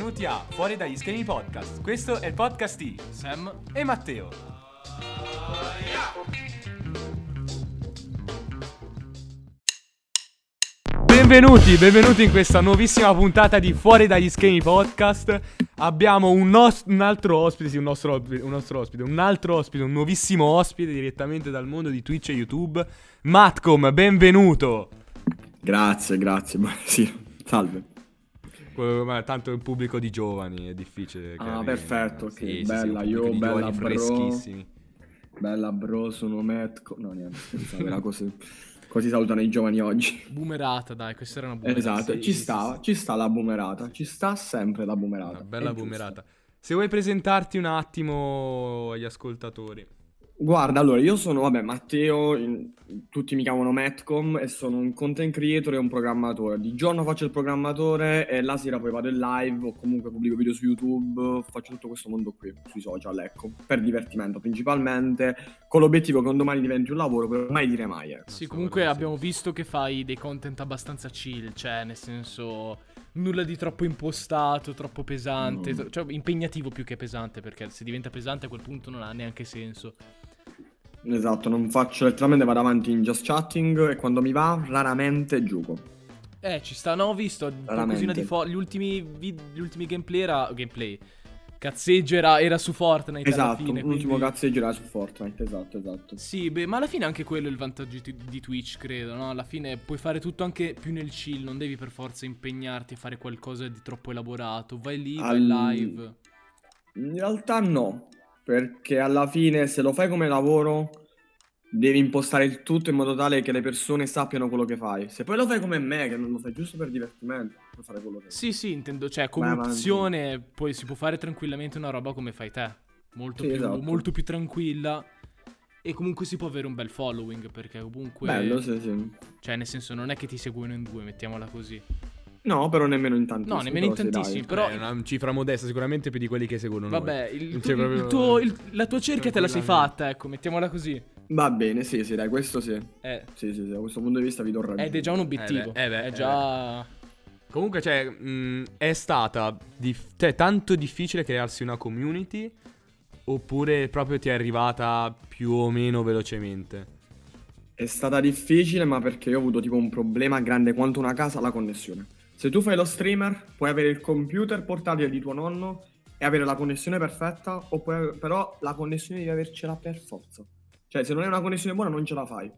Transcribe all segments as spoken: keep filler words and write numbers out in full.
benvenuti a Fuori dagli schemi podcast. Questo è il podcast di Sam e Matteo. Benvenuti, benvenuti in questa nuovissima puntata di Fuori dagli schemi podcast. Abbiamo un, nos- un altro ospite, sì, un nostro, ospite, un nostro ospite, un altro ospite, un nuovissimo ospite direttamente dal mondo di Twitch e YouTube. Matcom, benvenuto. Grazie, grazie, buonasera, salve. Ma tanto il pubblico di giovani è difficile. Che ah, arrivi. perfetto, ok, sì, bella, sì, sì, io, bella bro, freschissimi. Bella bro, sono Matcom. No, niente, pensavo era così. Così salutano i giovani oggi. Boomerata, dai, questa era una boomerata. Esatto, sì, ci sì, sta, sì, sì. ci sta la boomerata, ci sta sempre la boomerata. Una bella è boomerata. giusto. Se vuoi presentarti un attimo agli ascoltatori. Guarda, allora, io sono, vabbè, Matteo, in- tutti mi chiamano Matcom e sono un content creator e un programmatore. Di giorno faccio il programmatore e la sera poi vado in live o comunque pubblico video su YouTube, faccio tutto questo mondo qui, sui social, ecco, per divertimento principalmente, con l'obiettivo che un domani diventi un lavoro, per mai dire mai, ecco. Sì, comunque abbiamo visto che fai dei content abbastanza chill, cioè nel senso nulla di troppo impostato, troppo pesante, Mm. tro- cioè impegnativo più che pesante, perché se diventa pesante a quel punto non ha neanche senso. Esatto, non faccio, letteralmente vado avanti in just chatting e quando mi va raramente gioco. Eh, ci sta, no, ho visto Veramente. qualcosina di fo- gli ultimi vid- gli ultimi gameplay era gameplay. Cazzeggio era, era su Fortnite alla Esatto, fine, l'ultimo quindi... cazzeggio era su Fortnite, esatto, esatto. Sì, beh, ma alla fine anche quello è il vantaggio di, di Twitch, credo, no? Alla fine puoi fare tutto anche più nel chill, non devi per forza impegnarti a fare qualcosa di troppo elaborato. Vai lì, vai Al- live. In realtà no, perché alla fine se lo fai come lavoro devi impostare il tutto in modo tale che le persone sappiano quello che fai. Se poi lo fai come me, che non lo fai giusto per divertimento, puoi fare quello che Sì, sì, intendo, cioè come Vai avanti. opzione poi si può fare tranquillamente una roba come fai te. Molto, Sì, più, esatto. molto più tranquilla. E comunque si può avere un bel following, perché comunque... Bello, sì, sì. Cioè, nel senso, non è che ti seguono in due, mettiamola così. No, però nemmeno in tantissimi. No, nemmeno in però sì, dai. tantissimi, però... È una cifra modesta, sicuramente più di quelli che seguono noi. Vabbè, il, Non tu- c'è il proprio- tuo, il- la tua cerchia te la sei Tranquillamente. fatta, ecco, mettiamola così. Va bene, sì, sì, dai, questo sì. Eh, Sì, sì, sì, da questo punto di vista vi do ragione. ed è già un obiettivo. Eh beh, eh beh, è eh già... Comunque, cioè, mh, è stata dif- cioè, tanto difficile crearsi una community oppure proprio ti è arrivata più o meno velocemente? È stata difficile, ma perché io ho avuto tipo un problema grande quanto una casa, la connessione. Se tu fai lo streamer, puoi avere il computer portatile di tuo nonno e avere la connessione perfetta, o puoi- però la connessione devi avercela per forza. Cioè, se non hai una connessione buona non ce la fai.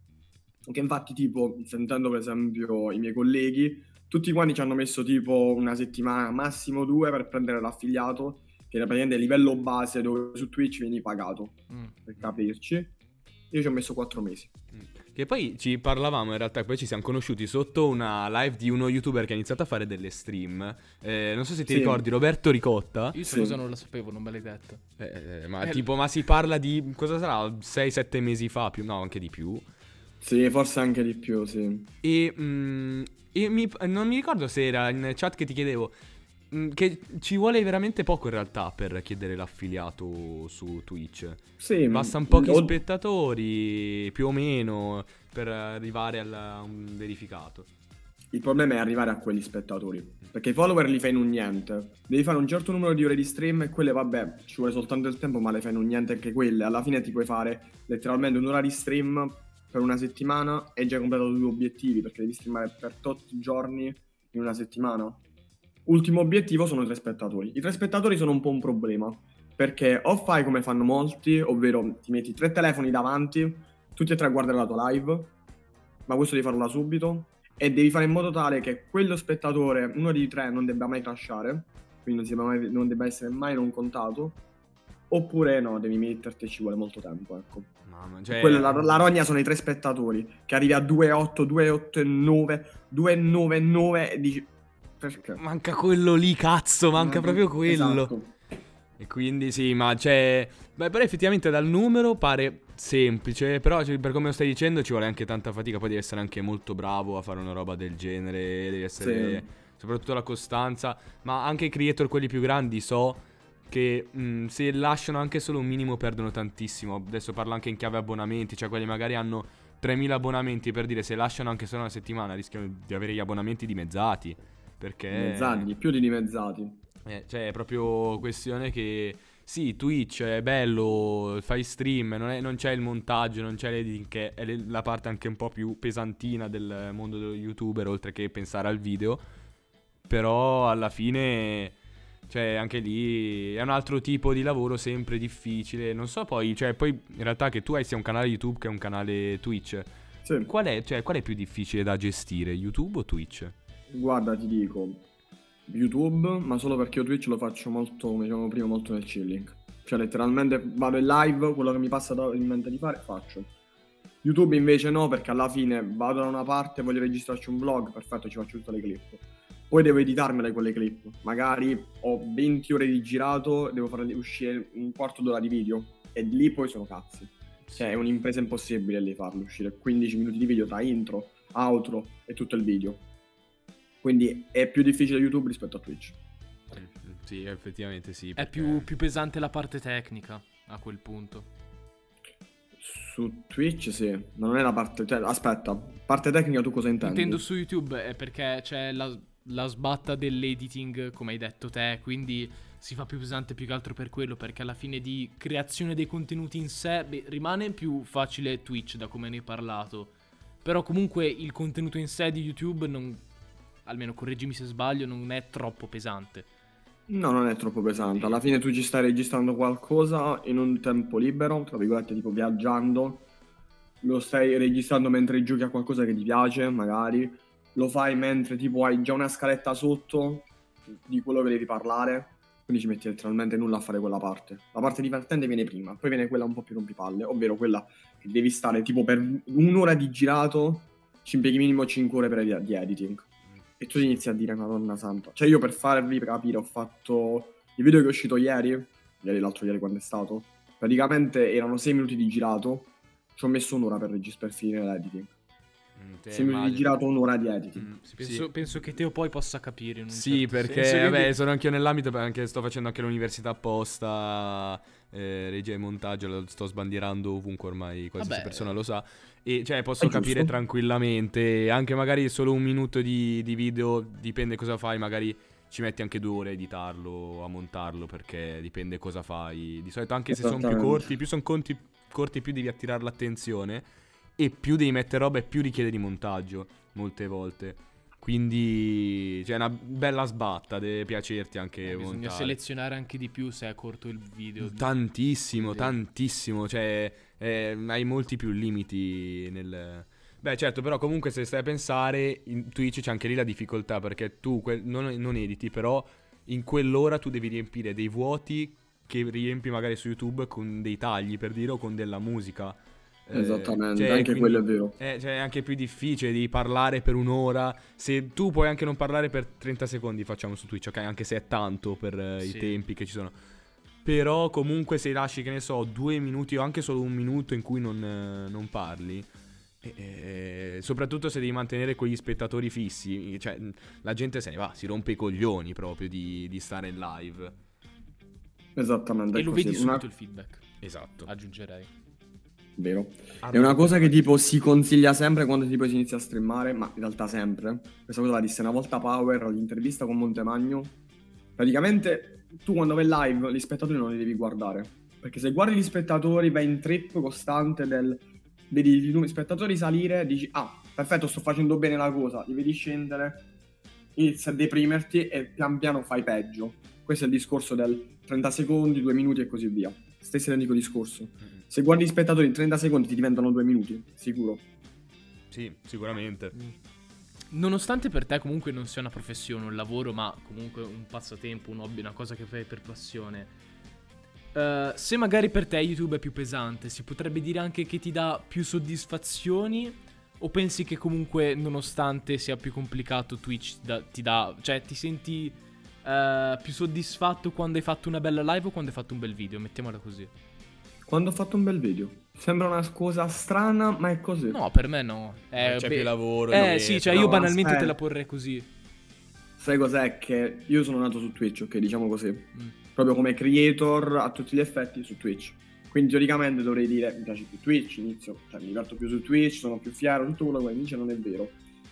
Che infatti, tipo, sentendo per esempio i miei colleghi, tutti quanti ci hanno messo tipo una settimana, massimo due, per prendere l'affiliato, che era praticamente il livello base dove su Twitch vieni pagato, Mm. per capirci. Io ci ho messo quattro mesi. Che poi ci parlavamo in realtà, poi ci siamo conosciuti sotto una live di uno youtuber che ha iniziato a fare delle stream. Eh, non so se ti Sì. ricordi, Roberto Ricotta. Io Sì. cosa non la sapevo, non me l'hai detto. Eh, eh, ma Eh, tipo, ma si parla di cosa sarà? sei sette mesi fa, più, no, anche di più. Sì, forse anche di più, sì. E, mm, e mi- non mi ricordo se era in chat che ti chiedevo mm, che ci vuole veramente poco in realtà per chiedere l'affiliato su Twitch. Sì, Bastano pochi o- spettatori, più o meno, per arrivare al- a un verificato. Il problema è arrivare a quegli spettatori, perché i follower li fai in un niente. Devi fare un certo numero di ore di stream e quelle, vabbè, ci vuole soltanto il tempo, ma le fai in un niente anche quelle. Alla fine ti puoi fare letteralmente un'ora di stream per una settimana e già hai completato due obiettivi, perché devi streamare per tot giorni in una settimana. Ultimo obiettivo sono i tre spettatori. I tre spettatori sono un po' un problema, perché o fai come fanno molti, ovvero ti metti tre telefoni davanti, tutti e tre a guardare la tua live, ma questo devi farlo da subito, e devi fare in modo tale che quello spettatore, uno di tre, non debba mai crashare, quindi non, si debba mai- non debba essere mai non contato, oppure no, devi metterti e ci vuole molto tempo, ecco. Mamma, cioè, Quella, la, la rogna sono i tre spettatori, che arrivi a due virgola otto, due virgola otto e nove, due virgola nove e nove e dici... Perché? manca quello lì, cazzo, manca proprio quello. Esatto. E quindi sì, ma c'è... Beh, però effettivamente dal numero pare semplice, però cioè, per come lo stai dicendo ci vuole anche tanta fatica, poi devi essere anche molto bravo a fare una roba del genere, devi essere... Sì. Soprattutto la costanza, ma anche i creator quelli più grandi so che mh, se lasciano anche solo un minimo perdono tantissimo. Adesso parlo anche in chiave abbonamenti, cioè quelli magari hanno tremila abbonamenti, per dire, se lasciano anche solo una settimana rischiano di avere gli abbonamenti dimezzati. perché... Dimezzati, di più di dimezzati. Eh, cioè è proprio questione che sì, Twitch è bello, fai stream, non, è- non c'è il montaggio, non c'è l'editing, che è le- la parte anche un po' più pesantina del mondo dello youtuber, oltre che pensare al video. Però alla fine, cioè anche lì è un altro tipo di lavoro sempre difficile. Non so poi, cioè poi in realtà che tu hai sia un canale YouTube che un canale Twitch, Sì. qual è, cioè, qual è più difficile da gestire, YouTube o Twitch? Guarda, ti dico, YouTube, ma solo perché io Twitch lo faccio molto, come dicevamo prima, molto nel chilling. Cioè letteralmente vado in live, quello che mi passa da- in mente di fare, faccio. YouTube invece no, perché alla fine vado da una parte, voglio registrarci un vlog, perfetto, ci faccio tutte le clip. Poi devo editarmele quelle clip. Magari ho venti ore di girato, devo fare uscire un quarto d'ora di video. E lì poi sono cazzi. Cioè è un'impresa impossibile lì farlo uscire. quindici minuti di video tra intro, outro e tutto il video. Quindi è più difficile YouTube rispetto a Twitch. Sì, effettivamente sì. È perché- più, più pesante la parte tecnica a quel punto. Su Twitch sì, ma non è la parte... Cioè, aspetta, parte tecnica tu cosa intendi? Intendo su YouTube è perché c'è la, la sbatta dell'editing, come hai detto te, quindi si fa più pesante più che altro per quello, perché alla fine di creazione dei contenuti in sé, beh, rimane più facile Twitch da come ne hai parlato. Però comunque il contenuto in sé di YouTube non, almeno correggimi se sbaglio, non è troppo pesante. No, non è troppo pesante. Alla fine tu ci stai registrando qualcosa in un tempo libero, tra virgolette, tipo viaggiando. Lo stai registrando mentre giochi a qualcosa che ti piace, magari. Lo fai mentre tipo hai già una scaletta sotto di quello che devi parlare. Quindi ci metti letteralmente nulla a fare quella parte. La parte divertente viene prima, poi viene quella un po' più rompipalle, ovvero quella che devi stare tipo per un'ora di girato, ci impieghi minimo cinque ore per ed- di editing. E tu inizi a dire Madonna santa. Cioè io per farvi capire ho fatto il video che è uscito ieri, ieri l'altro ieri quando è stato, praticamente erano sei minuti di girato, ci ho messo un'ora per registrare, per finire l'editing. Mm, te sei minuti di immagini. girato, un'ora di editing. Mm, Penso, sì. penso che Teo poi possa capire in un Sì, certo perché senso, vabbè, quindi- sono anch'io nell'ambito, perché sto facendo anche l'università apposta, eh, regia e montaggio, lo sto sbandierando ovunque ormai, qualsiasi Vabbè. persona lo sa. E cioè posso È capire giusto. tranquillamente, anche magari solo un minuto di, di video, dipende cosa fai, magari ci metti anche due ore a editarlo, a montarlo, perché dipende cosa fai. Di solito anche se sono più Esattamente. corti, più sono conti, corti più devi attirare l'attenzione e più devi mettere roba e più richiede di montaggio, molte volte. Quindi c'è una bella sbatta, deve piacerti anche Eh, bisogna montare. selezionare anche di più se è corto il video. Tantissimo, Sì. tantissimo, cioè eh, hai molti più limiti nel... Beh certo, però comunque se stai a pensare, in Twitch c'è anche lì la difficoltà, perché tu quel- non, non editi, però in quell'ora tu devi riempire dei vuoti che riempi magari su YouTube con dei tagli, per dire, o con della musica. Eh, Esattamente, cioè, anche quindi- quello è vero. eh, cioè, è anche più difficile di parlare per un'ora. Se tu puoi anche non parlare per trenta secondi, facciamo su Twitch, ok? Anche se è tanto per eh, i Sì. tempi che ci sono. Però comunque se lasci, che ne so, due minuti o anche solo un minuto in cui non, eh, non parli, eh, eh, soprattutto se devi mantenere quegli spettatori fissi, cioè la gente se ne va, si rompe i coglioni proprio di, di stare in live. Esattamente. E è lo così. vedi Una- subito il feedback, Esatto. aggiungerei. Vero. È una cosa che tipo si consiglia sempre quando tipo si inizia a streamare, ma in realtà sempre. Questa cosa la disse una volta Power all'intervista con Montemagno. Praticamente tu quando vai live gli spettatori non li devi guardare. Perché se guardi gli spettatori vai in trip costante del... Vedi i numeri spettatori salire, dici ah, perfetto, sto facendo bene la cosa, li vedi scendere, inizi a deprimerti e pian piano fai peggio. Questo è il discorso del trenta secondi, due minuti e così via. Stesso identico discorso. Se guardi gli spettatori in trenta secondi ti diventano due minuti, sicuro. Sì, sicuramente. Nonostante per te comunque non sia una professione, un lavoro, ma comunque un passatempo, un hobby, una cosa che fai per passione, eh, se magari per te YouTube è più pesante, si potrebbe dire anche che ti dà più soddisfazioni? O pensi che comunque nonostante sia più complicato Twitch ti dà, ti dà- cioè ti senti eh, più soddisfatto quando hai fatto una bella live o quando hai fatto un bel video? Mettiamola così. Quando ho fatto un bel video. Sembra una cosa strana, ma è così. No, per me no. Eh, c'è beh, più lavoro. Eh dietro. sì, cioè no, io banalmente aspetta. te la porrei così. Sai cos'è? Che io sono nato su Twitch, ok? Diciamo così. Mm. Proprio come creator a tutti gli effetti su Twitch. Quindi teoricamente dovrei dire mi piace più Twitch, inizio, cioè mi diverto più su Twitch, sono più fiero, tutto quello che invece non è vero.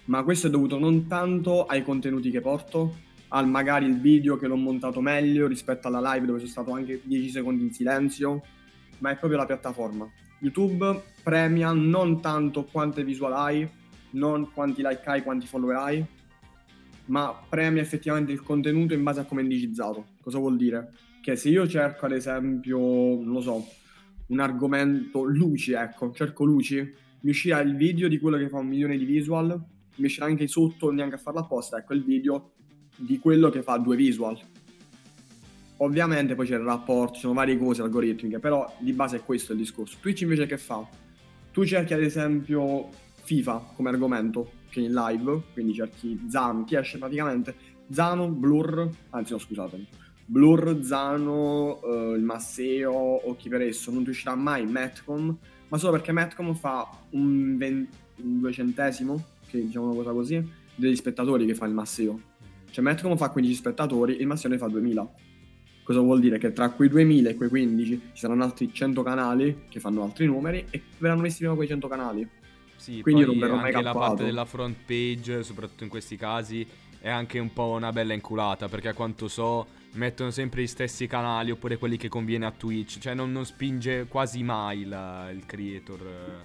ma questo è dovuto non tanto ai contenuti che porto, al magari il video che l'ho montato meglio rispetto alla live dove sono stato anche dieci secondi in silenzio, ma è proprio la piattaforma. YouTube premia non tanto quante visual hai, non quanti like hai, quanti follower hai, ma premia effettivamente il contenuto in base a come è indicizzato. Cosa vuol dire? Che se io cerco ad esempio, non lo so, un argomento luci, ecco, cerco luci, mi uscirà il video di quello che fa un milione di visual, mi uscirà anche sotto, neanche a farlo apposta, ecco il video di quello che fa due visual. Ovviamente poi c'è il rapporto, ci sono varie cose algoritmiche, però di base è questo il discorso. Twitch invece che fa? Tu cerchi ad esempio FIFA come argomento, che in live, quindi cerchi Zano, ti esce praticamente Zano, Blur, anzi no scusatemi, Blur, Zano, eh, il Masseo o chi per esso, non ti uscirà mai Metcom, ma solo perché Metcom fa un, vent- un duecentesimo, che diciamo una cosa così, degli spettatori che fa il Masseo. Cioè Metcom fa quindici spettatori, il Masseo ne fa duemila. Cosa vuol dire? Che tra quei duemila e quei quindici ci saranno altri cento canali che fanno altri numeri e verranno messi prima quei cento canali. Sì, Quindi poi non verrò mai anche la calcolato. parte della front page, soprattutto in questi casi, è anche un po' una bella inculata, perché a quanto so mettono sempre gli stessi canali oppure quelli che conviene a Twitch, cioè non, non spinge quasi mai la, il creator.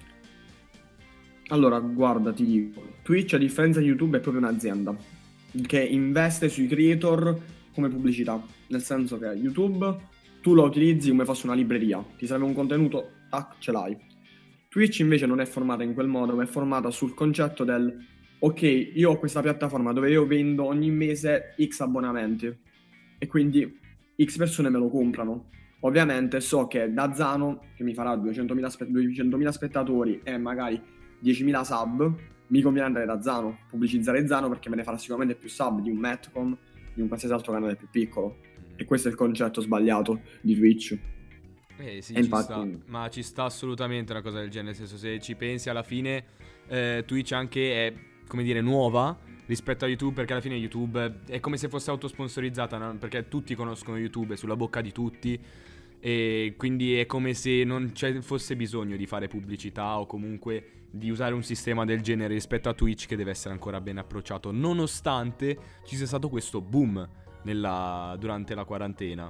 Allora, guarda, ti dico, Twitch a differenza di YouTube è proprio un'azienda che investe sui creator come pubblicità, nel senso che YouTube tu lo utilizzi come fosse una libreria, ti serve un contenuto, tac, ce l'hai. Twitch invece non è formata in quel modo, ma è formata sul concetto del ok, io ho questa piattaforma dove io vendo ogni mese X abbonamenti e quindi X persone me lo comprano. Ovviamente so che da Zano, che mi farà duecentomila, spe- duecentomila spettatori e magari diecimila sub, mi conviene andare da Zano, pubblicizzare Zano perché me ne farà sicuramente più sub di un Metcom, di un qualsiasi altro canale più piccolo. E questo è il concetto sbagliato di Twitch. Eh sì, E ci infatti- sta, ma ci sta assolutamente una cosa del genere, nel senso se ci pensi alla fine eh, Twitch anche è, come dire, nuova rispetto a YouTube, perché alla fine YouTube è come se fosse autosponsorizzata, no? Perché tutti conoscono YouTube, è sulla bocca di tutti e quindi è come se non ci fosse bisogno di fare pubblicità o comunque di usare un sistema del genere rispetto a Twitch, che deve essere ancora ben approcciato, nonostante ci sia stato questo boom nella, durante la quarantena.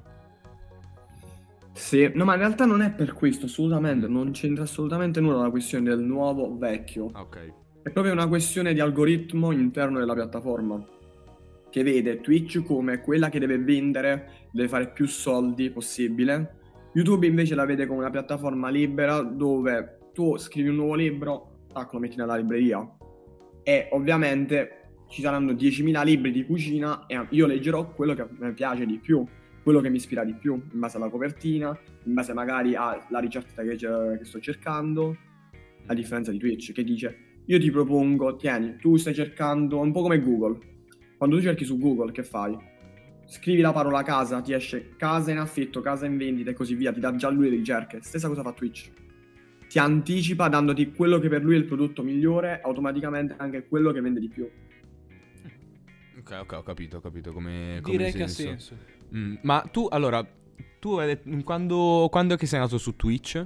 Sì, no, ma in realtà non è per questo, assolutamente, non c'entra assolutamente nulla la questione del nuovo vecchio. Ah, ok. È proprio una questione di algoritmo interno della piattaforma, che vede Twitch come quella che deve vendere, deve fare più soldi possibile. YouTube invece la vede come una piattaforma libera dove tu scrivi un nuovo libro, tac, lo metti nella libreria. E ovviamente ci saranno diecimila libri di cucina e io leggerò quello che a me piace di più, quello che mi ispira di più, in base alla copertina, in base magari alla ricetta che, che sto cercando, a differenza di Twitch che dice io ti propongo, tieni, tu stai cercando, un po' come Google. Quando tu cerchi su Google, che fai? Scrivi la parola casa, ti esce casa in affitto, casa in vendita e così via, ti dà già lui le ricerche. Stessa cosa fa Twitch. Ti anticipa dandoti quello che per lui è il prodotto migliore, automaticamente anche quello che vende di più. Ok, ok, ho capito, ho capito come, come Direi che ha senso. senso. Mm, ma tu, allora, tu hai detto- quando, quando è che sei nato su Twitch?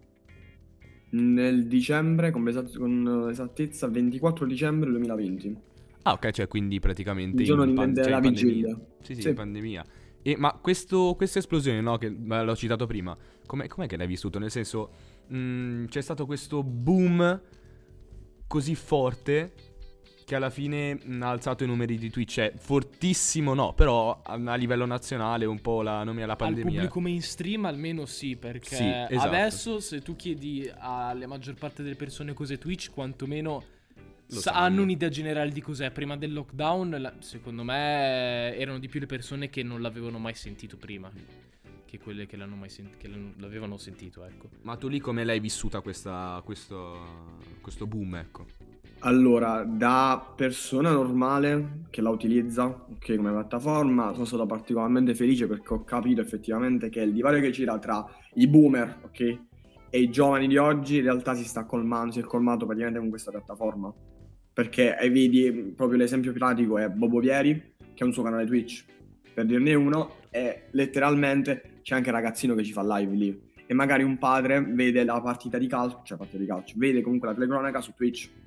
Nel dicembre, con, esat- con esattezza, ventiquattro dicembre duemilaventi. Ah, ok, cioè quindi praticamente Il giorno in, di- pan- cioè della in pandemia. vigilia. Sì, sì, Sì. in pandemia. E, ma questo, questa esplosione, no, che beh, l'ho citato prima, com'è, com'è che l'hai vissuto? Nel senso, mm, c'è stato questo boom così forte che alla fine mh, ha alzato i numeri di Twitch, cioè fortissimo no, però a, a livello nazionale un po' la nome alla Al pandemia. pubblico mainstream almeno sì, perché Sì, esatto. adesso se tu chiedi alla maggior parte delle persone cos'è Twitch, quantomeno Lo sa- sanno. hanno un'idea generale di cos'è. Prima del lockdown, la- secondo me, erano di più le persone che non l'avevano mai sentito prima che quelle che l'hanno mai sentito, che l'hanno- l'avevano sentito, ecco. Ma tu lì come l'hai vissuta questa, questo, questo boom, ecco? Allora, da persona normale che la utilizza, ok, come piattaforma, sono stato particolarmente felice perché ho capito effettivamente che il divario che c'era tra i boomer, ok, e i giovani di oggi in realtà si sta colmando, si è colmato praticamente con questa piattaforma. Perché eh, vedi, proprio l'esempio pratico è Bobo Vieri, che ha un suo canale Twitch, per dirne uno, e letteralmente c'è anche il ragazzino che ci fa live lì. E magari un padre vede la partita di calcio, cioè partita di calcio, vede comunque la telecronaca su Twitch.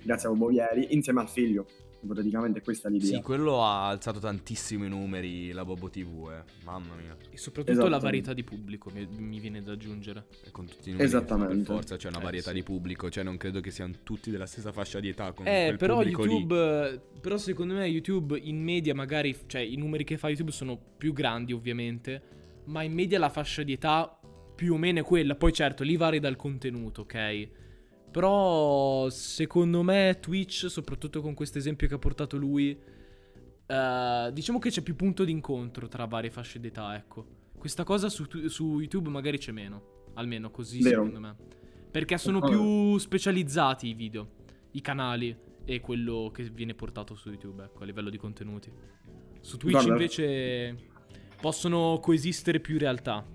grazie a Bobo ieri, insieme al figlio. Ipoteticamente questa è l'idea. Sì, quello ha alzato tantissimo i numeri, la Bobo ti vu, eh. Mamma mia. E soprattutto la varietà di pubblico mi, mi viene da aggiungere. E con tutti i numeri Esattamente. per forza c'è una Eh, varietà sì. di pubblico, cioè non credo che siano tutti della stessa fascia di età con Eh, quel però pubblico lì. YouTube, però secondo me YouTube in media magari, cioè i numeri che fa YouTube sono più grandi ovviamente, ma in media la fascia di età più o meno è quella. Poi certo, lì vari dal contenuto, ok? Però secondo me Twitch, soprattutto con questo esempio che ha portato lui, eh, diciamo che c'è più punto d'incontro tra varie fasce d'età, ecco. Questa cosa su, tu- su YouTube magari c'è meno, almeno così Vero. secondo me. Perché sono Ah. più specializzati i video, i canali e quello che viene portato su YouTube, ecco, a livello di contenuti. Su Twitch Guarda. invece possono coesistere più realtà.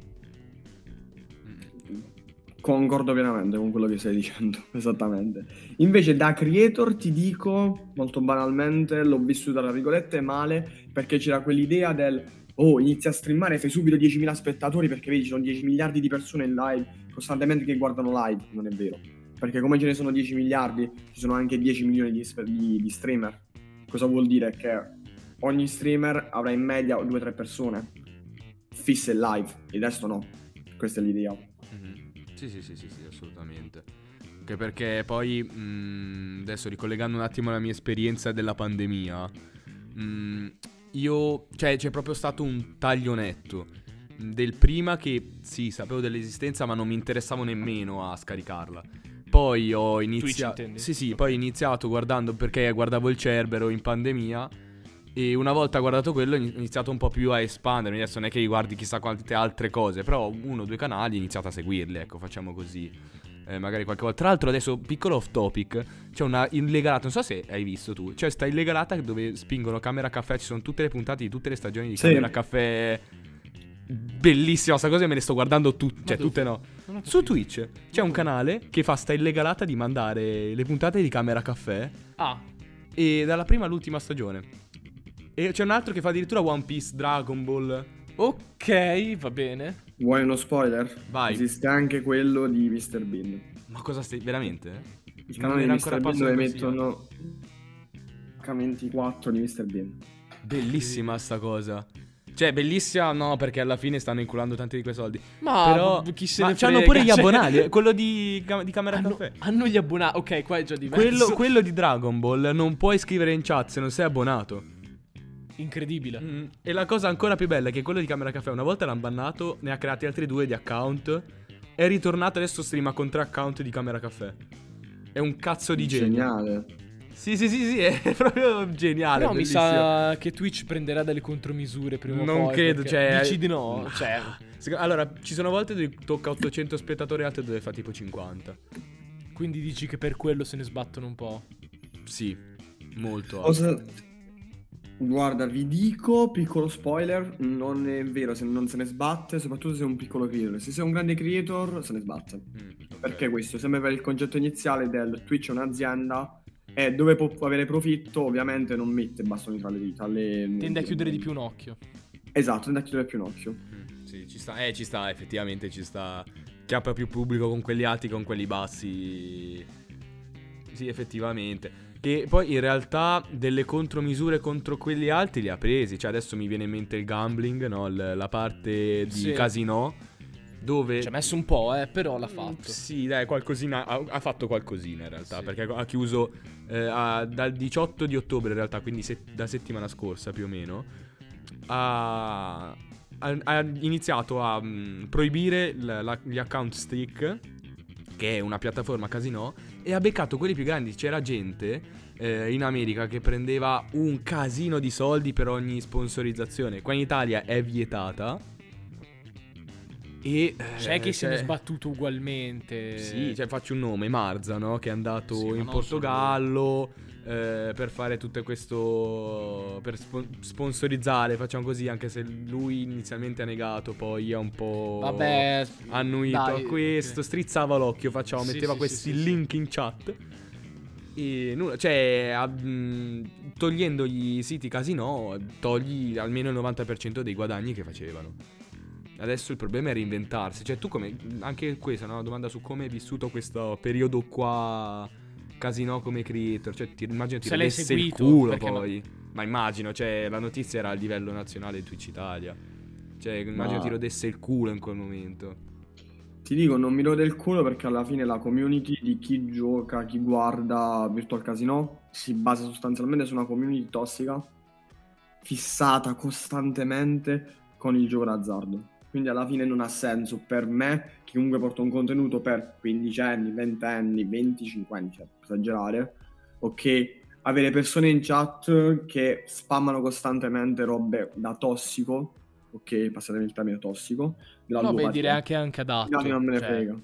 Concordo pienamente con quello che stai dicendo, esattamente. Invece da creator ti dico, molto banalmente, l'ho vissuta tra virgolette male, perché c'era quell'idea del oh, inizia a streamare, fai subito diecimila spettatori, perché vedi ci sono dieci miliardi di persone in live costantemente che guardano live. Non è vero, perché come ce ne sono dieci miliardi, ci sono anche dieci milioni di, sp- di, di streamer. Cosa vuol dire? Che ogni streamer avrà in media due o tre persone fisse in live, e adesso no. Questa è l'idea. Mhm. Sì, sì, sì, sì, sì, assolutamente. Anche perché poi, mh, adesso ricollegando un attimo alla mia esperienza della pandemia, mh, io, cioè c'è proprio stato un taglio netto del prima che sì, sapevo dell'esistenza ma non mi interessavo nemmeno a scaricarla. Poi ho iniziato, intendi? sì sì, poi ho iniziato guardando perché guardavo il Cerbero in pandemia. E una volta guardato quello ho iniziato un po' più a espandermi. Adesso non è che guardi chissà quante altre cose, però uno o due canali ho iniziato a seguirli, ecco, facciamo così, eh, magari qualche volta. Tra l'altro adesso, piccolo off topic, c'è una illegalata, non so se hai visto tu, c'è sta illegalata dove spingono Camera Caffè, ci sono tutte le puntate di tutte le stagioni di Sì. Camera Caffè. Bellissima sta cosa, e me le sto guardando tutte, cioè dove? tutte no. Non ho Su capito. Twitch c'è un canale che fa sta illegalata di mandare le puntate di Camera Caffè, Ah, e dalla prima all'ultima stagione. E c'è un altro che fa addirittura One Piece, Dragon Ball. ok, va bene. Vuoi uno spoiler? Vai. Esiste anche quello di mister Bean. Ma cosa stai... veramente? Il Non canale di era mister ancora Bean passato dove così, mettono acca ventiquattro di mister Bean. Bellissima sta cosa. Cioè, bellissima no, perché alla fine stanno inculando tanti di quei soldi. Ma Però chi se ma ne c'hanno frega, pure gli cioè- abbonati, eh, quello di, Cam- di Camera Hanno, Caffè. hanno gli abbonati. Ok, qua è già diverso. Quello, quello di Dragon Ball non puoi scrivere in chat se non sei abbonato. Incredibile. Mm, E la cosa ancora più bella è che quello di Camera Caffè una volta l'hanno bannato, ne ha creati altri due di account, è ritornato, adesso streama con tre account di Camera Caffè. È un cazzo di genio. Geniale. Sì, sì, sì, sì, è proprio geniale. Però mi bellissimo. sa che Twitch prenderà delle contromisure prima o Non poi. credo, perché- cioè- Dici di no? Cioè, Secondo- Allora, ci sono volte dove tocca ottocento spettatori e altre dove fa tipo cinquanta. quindi dici che per quello se ne sbattono un po'. Sì, molto. Cosa... Guarda, vi dico, piccolo spoiler, non è vero, se non se ne sbatte, soprattutto se è un piccolo creator. Se sei un grande creator, se ne sbatte. Mm, ok. Perché questo? Sempre per il concetto iniziale del Twitch è un'azienda e dove può avere profitto, ovviamente non mette bastoni tra le dita. Le... Tende a chiudere di più un occhio. Esatto, tende a chiudere più un occhio. Mm, sì, ci sta, eh, ci sta, effettivamente ci sta. Chiappa più pubblico con quelli alti, con quelli bassi. Sì, effettivamente. E poi in realtà delle contromisure contro quelli alti li ha presi. Cioè adesso mi viene in mente il gambling, no? L- la parte di Sì. casino, dove... Ci ha messo un po', eh, però l'ha fatto. Sì, dai, qualcosina, ha, ha fatto qualcosina in realtà, Sì. perché ha chiuso eh, a- dal diciotto di ottobre in realtà, quindi se- da settimana scorsa più o meno, ha, ha- ha iniziato a mm, proibire l- la- gli account stick, che è una piattaforma casino, e ha beccato quelli più grandi. C'era gente eh, in America che prendeva un casino di soldi per ogni sponsorizzazione. Qua in Italia è vietata. E C'è eh, chi se ne è c'è- sbattuto ugualmente. Sì, cioè faccio un nome, Marza, no? Che è andato Sì, ma in non Portogallo eh, per fare tutto questo, per spo- sponsorizzare, facciamo così, anche se lui inizialmente ha negato, poi ha un po' Vabbè, annuito dai, a questo, ok. strizzava l'occhio, facciamo, Sì, metteva sì, questi sì, sì, link in chat. E nulla, cioè a- mh, togliendogli i siti casino, togli almeno il novanta per cento dei guadagni che facevano. Adesso il problema è reinventarsi. Cioè tu come, anche questa è una domanda su come hai vissuto questo periodo qua Casino come creator, cioè ti immagino ti Se l'hai rodesse il seguito, culo perché poi. Ma immagino, cioè la notizia era a livello nazionale di Twitch Italia. Cioè immagino Ma- ti rodesse il culo in quel momento. Ti dico, non mi rode il culo perché alla fine la community di chi gioca, chi guarda Virtual Casino si basa sostanzialmente su una community tossica, fissata costantemente con il gioco d'azzardo. Quindi alla fine non ha senso per me, che comunque porta un contenuto per quindicenni, ventenni, venticinquenni, cioè per esagerare, ok, avere persone in chat che spammano costantemente robe da tossico, ok, passatemi il termine tossico, della No, beh, ludopatia. direi anche, anche adatto. No, che non me ne cioè, frega.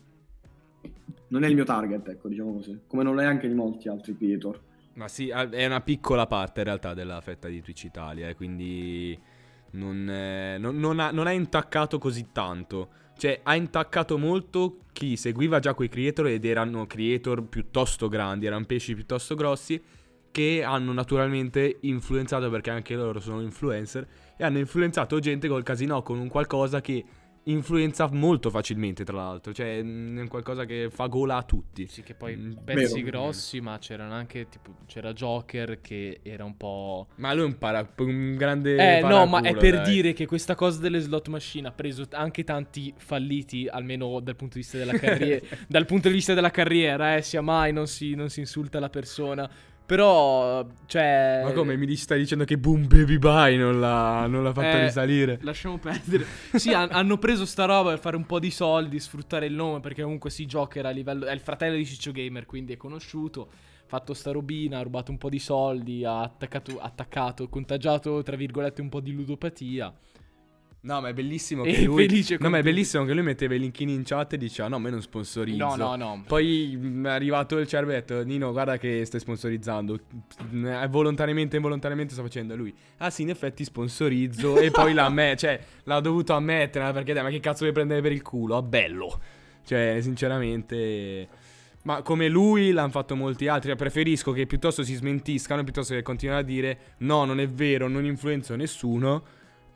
Non è il mio target, ecco, diciamo così. Come non lo è anche di molti altri creator. Ma sì, a- è una piccola parte in realtà della fetta di Twitch Italia, e quindi non, eh, non- non ha, non ha intaccato così tanto. Cioè, ha intaccato molto chi seguiva già quei creator ed erano creator piuttosto grandi, erano pesci piuttosto grossi, che hanno naturalmente influenzato, perché anche loro sono influencer, e hanno influenzato gente col casino, con un qualcosa che influenza molto facilmente, tra l'altro. Cioè, mm, è un qualcosa che fa gola a tutti. Sì, che poi Mm, pezzi vero. grossi, ma c'erano anche, tipo, c'era Joker che era un po'... Ma lui è un, para- un grande Eh no, ma è paraculo, per dai. dire che questa cosa delle slot machine ha preso anche tanti falliti, almeno dal punto di vista della carriera. Dal punto di vista della carriera, eh, sia mai non si, non si insulta la persona. Però, cioè... Ma come mi stai dicendo che Boom Baby Bye non l'ha, non l'ha fatto Eh, risalire? Lasciamo perdere. Sì, han- hanno preso sta roba per fare un po' di soldi, sfruttare il nome, perché comunque sì, Joker a livello... è il fratello di Ciccio Gamer, quindi è conosciuto. Fatto sta robina, ha rubato un po' di soldi, ha attaccato, attaccato, contagiato, tra virgolette, un po' di ludopatia. No, ma è bellissimo E che lui... felice No, ma è con- bellissimo che lui metteva i linkini in chat e diceva no, ma io non sponsorizzo. No, no, no. Poi mh, è arrivato il cervello e ha detto Nino, guarda che stai sponsorizzando. Eh, Volontariamente e involontariamente sta facendo. E lui, ah sì, in effetti sponsorizzo. E poi l'ha me- cioè, l'ha dovuto ammettere, perché dai, ma che cazzo vuoi prendere per il culo? Ah, bello. Cioè, sinceramente... Ma come lui l'hanno fatto molti altri. Cioè, preferisco che piuttosto si smentiscano, piuttosto che continuare a dire no, non è vero, non influenzo nessuno,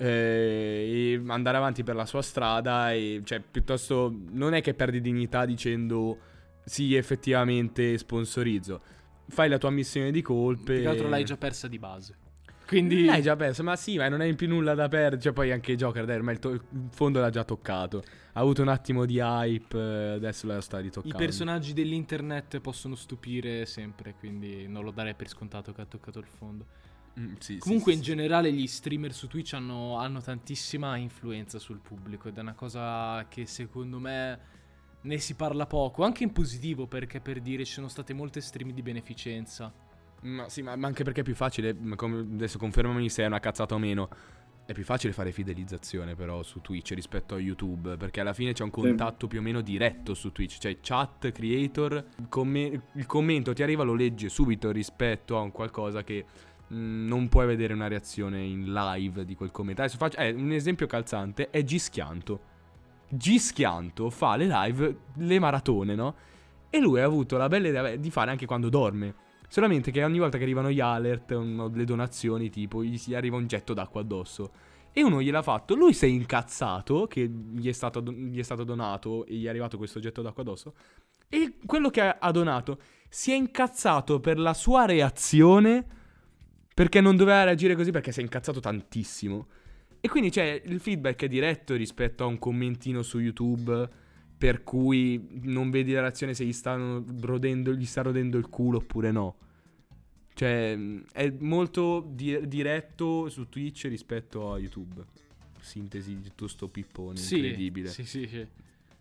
eh, e andare avanti per la sua strada. E cioè, piuttosto non è che perdi dignità dicendo sì, effettivamente sponsorizzo. Fai la tua missione di colpe. Più che altro l'hai già persa di base. Quindi... L'hai già perso, ma sì, ma non hai più nulla da perdere. Cioè, poi anche Joker, dai, ormai il, to- il fondo l'ha già toccato. Ha avuto un attimo di hype, eh, adesso la sta I ritoccando. personaggi dell'internet possono stupire sempre, quindi non lo darei per scontato che ha toccato il fondo. Mm, sì, Comunque sì, in sì, generale gli streamer su Twitch hanno, hanno tantissima influenza sul pubblico ed è una cosa che secondo me ne si parla poco, anche in positivo, perché per dire ci sono state molte stream di beneficenza. Ma sì, ma, ma anche perché è più facile, ma come adesso confermami se è una cazzata o meno. È più facile fare fidelizzazione però su Twitch rispetto a YouTube, perché alla fine c'è un contatto più o meno diretto su Twitch, cioè chat, creator, come- il commento ti arriva, lo legge subito rispetto a un qualcosa che mh, non puoi vedere una reazione in live di quel commento. Adesso faccio, eh, un esempio calzante è Gischianto. Gischianto fa le live, le maratone, no? E lui ha avuto la bella idea di fare anche quando dorme. Solamente che ogni volta che arrivano gli alert, um, le donazioni, tipo, gli si arriva un getto d'acqua addosso. E uno gliel'ha fatto. Lui si è incazzato che gli è stato, gli è stato donato e gli è arrivato questo getto d'acqua addosso. E quello che ha donato si è incazzato per la sua reazione, perché non doveva reagire così, perché si è incazzato tantissimo. E quindi c'è il feedback è diretto rispetto a un commentino su YouTube, per cui non vedi la reazione se gli stanno rodendo, gli sta rodendo il culo oppure no. Cioè, è molto di- diretto su Twitch rispetto a YouTube. Sintesi di tutto sto pippone Sì, incredibile. sì, sì, sì.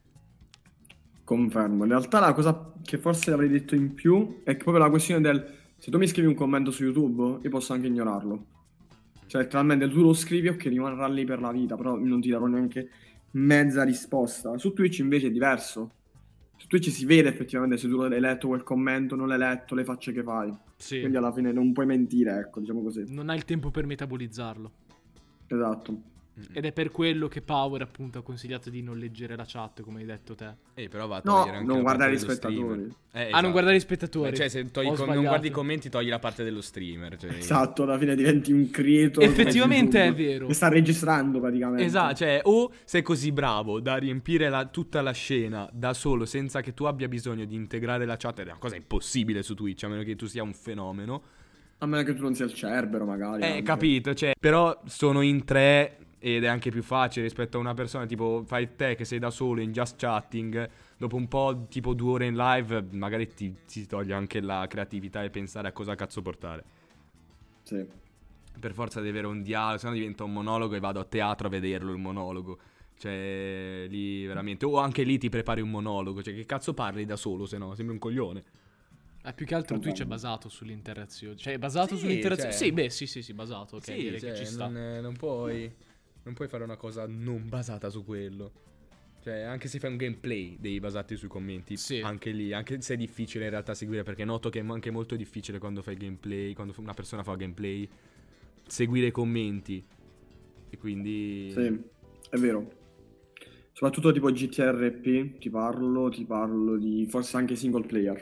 Confermo. In realtà la cosa che forse avrei detto in più è che proprio la questione del se tu mi scrivi un commento su YouTube, io posso anche ignorarlo. Cioè, letteralmente tu lo scrivi, ok, rimarrà lì per la vita, però non ti darò neanche mezza risposta. Su Twitch invece è diverso. Su Twitch si vede effettivamente se tu hai letto quel commento, non l'hai letto, le facce che fai. Sì. Quindi alla fine non puoi mentire, ecco, diciamo così. Non hai il tempo per metabolizzarlo. Esatto. Ed è per quello che Power appunto ha consigliato di non leggere la chat, come hai detto te. Eh, però va a No, togliere anche non la guardare parte i dello spettatori. streamer. Eh, Ah, esatto. non guardare i spettatori. Beh, cioè, se togli Ho i com- non sbagliato. guardi i commenti, togli la parte dello streamer. Cioè... Esatto, alla fine diventi un creator. Effettivamente come è su YouTube, vero. Che sta registrando praticamente. Esatto, cioè, o sei così bravo da riempire la- tutta la scena da solo senza che tu abbia bisogno di integrare la chat, ed è una cosa impossibile su Twitch, a meno che tu sia un fenomeno. A meno che tu non sia il Cerbero, magari. Eh, anche. capito, cioè, però sono in tre ed è anche più facile rispetto a una persona, tipo, fai te che sei da solo in just chatting, dopo un po', tipo due ore in live, magari ti, ti toglie anche la creatività e pensare a cosa cazzo portare. Sì. Per forza di avere un dialogo, sennò diventa un monologo e vado a teatro a vederlo il monologo. Cioè, lì veramente, o anche lì ti prepari un monologo, cioè che cazzo parli da solo, se no, sembri un coglione. Eh, più che altro Compagno. Twitch è basato sull'interazione. Cioè, è basato Sì, sull'interazione. cioè- Sì, beh, sì, sì, sì, basato. Ok, Sì, direi cioè, che ci sta. non, non puoi non puoi fare una cosa non basata su quello. Cioè, anche se fai un gameplay devi basarti sui commenti. Sì. Anche lì, anche se è difficile in realtà seguire, perché noto che è anche molto difficile quando fai gameplay, quando una persona fa gameplay, seguire i commenti. E quindi... Sì, è vero. Soprattutto tipo G T R P, ti parlo, ti parlo di forse anche single player.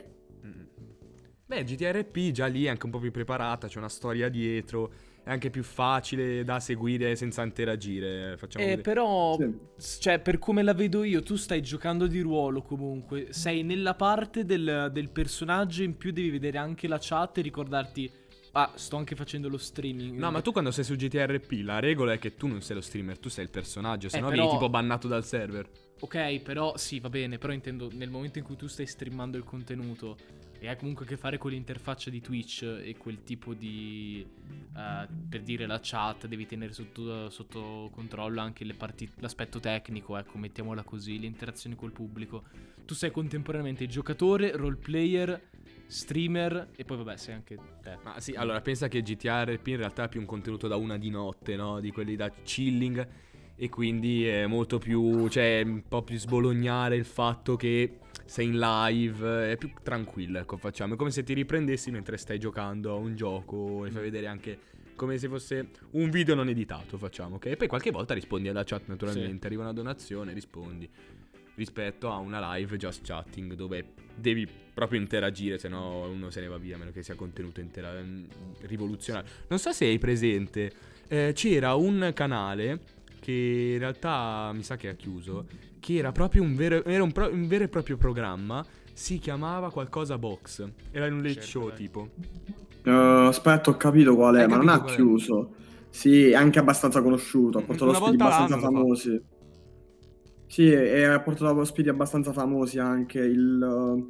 Beh, G T R P già lì è anche un po' più preparata, c'è una storia dietro, è anche più facile da seguire senza interagire. Facciamo Eh, vedere. però, Sì. s- cioè, per come la vedo io, tu stai giocando di ruolo comunque. Sei nella parte del, del personaggio, in più devi vedere anche la chat e ricordarti, ah, sto anche facendo lo streaming. No, ma tu quando sei su G T R P la regola è che tu non sei lo streamer, tu sei il personaggio, se Eh, no però- vieni tipo bannato dal server. Ok, però, sì, va bene, però intendo nel momento in cui tu stai streamando il contenuto e hai comunque a che fare con l'interfaccia di Twitch e quel tipo di... eh, per dire la chat, devi tenere sotto, sotto controllo anche le parti- l'aspetto tecnico, ecco, mettiamola così, le interazioni col pubblico. Tu sei contemporaneamente giocatore, role player, streamer e poi vabbè sei anche te. Ma sì, allora pensa che G T R P in realtà è più un contenuto da una di notte, no? Di quelli da chilling. E quindi è molto più, cioè un po' più sbolognare il fatto che sei in live, è più tranquillo, ecco, facciamo. È come se ti riprendessi mentre stai giocando a un gioco e fai vedere anche come se fosse un video non editato, facciamo, ok? E poi qualche volta rispondi alla chat naturalmente, Sì. arriva una donazione, rispondi. Rispetto a una live just chatting dove devi proprio interagire, se no uno se ne va via, a meno che sia contenuto intera- rivoluzionario. Non so se hai presente, eh, c'era un canale che in realtà mi sa che ha chiuso, che era proprio un vero, era un, pro- un vero e proprio programma, si chiamava qualcosa Box, era in un late Certo, show dai. tipo. Uh, aspetta, ho capito qual è, Hai ma non capito ha qual è? chiuso. Sì, è anche abbastanza conosciuto. Ha portato Una ospiti volta abbastanza l'anno lo fa. famosi. Sì, e ha portato ospiti abbastanza famosi anche il... uh,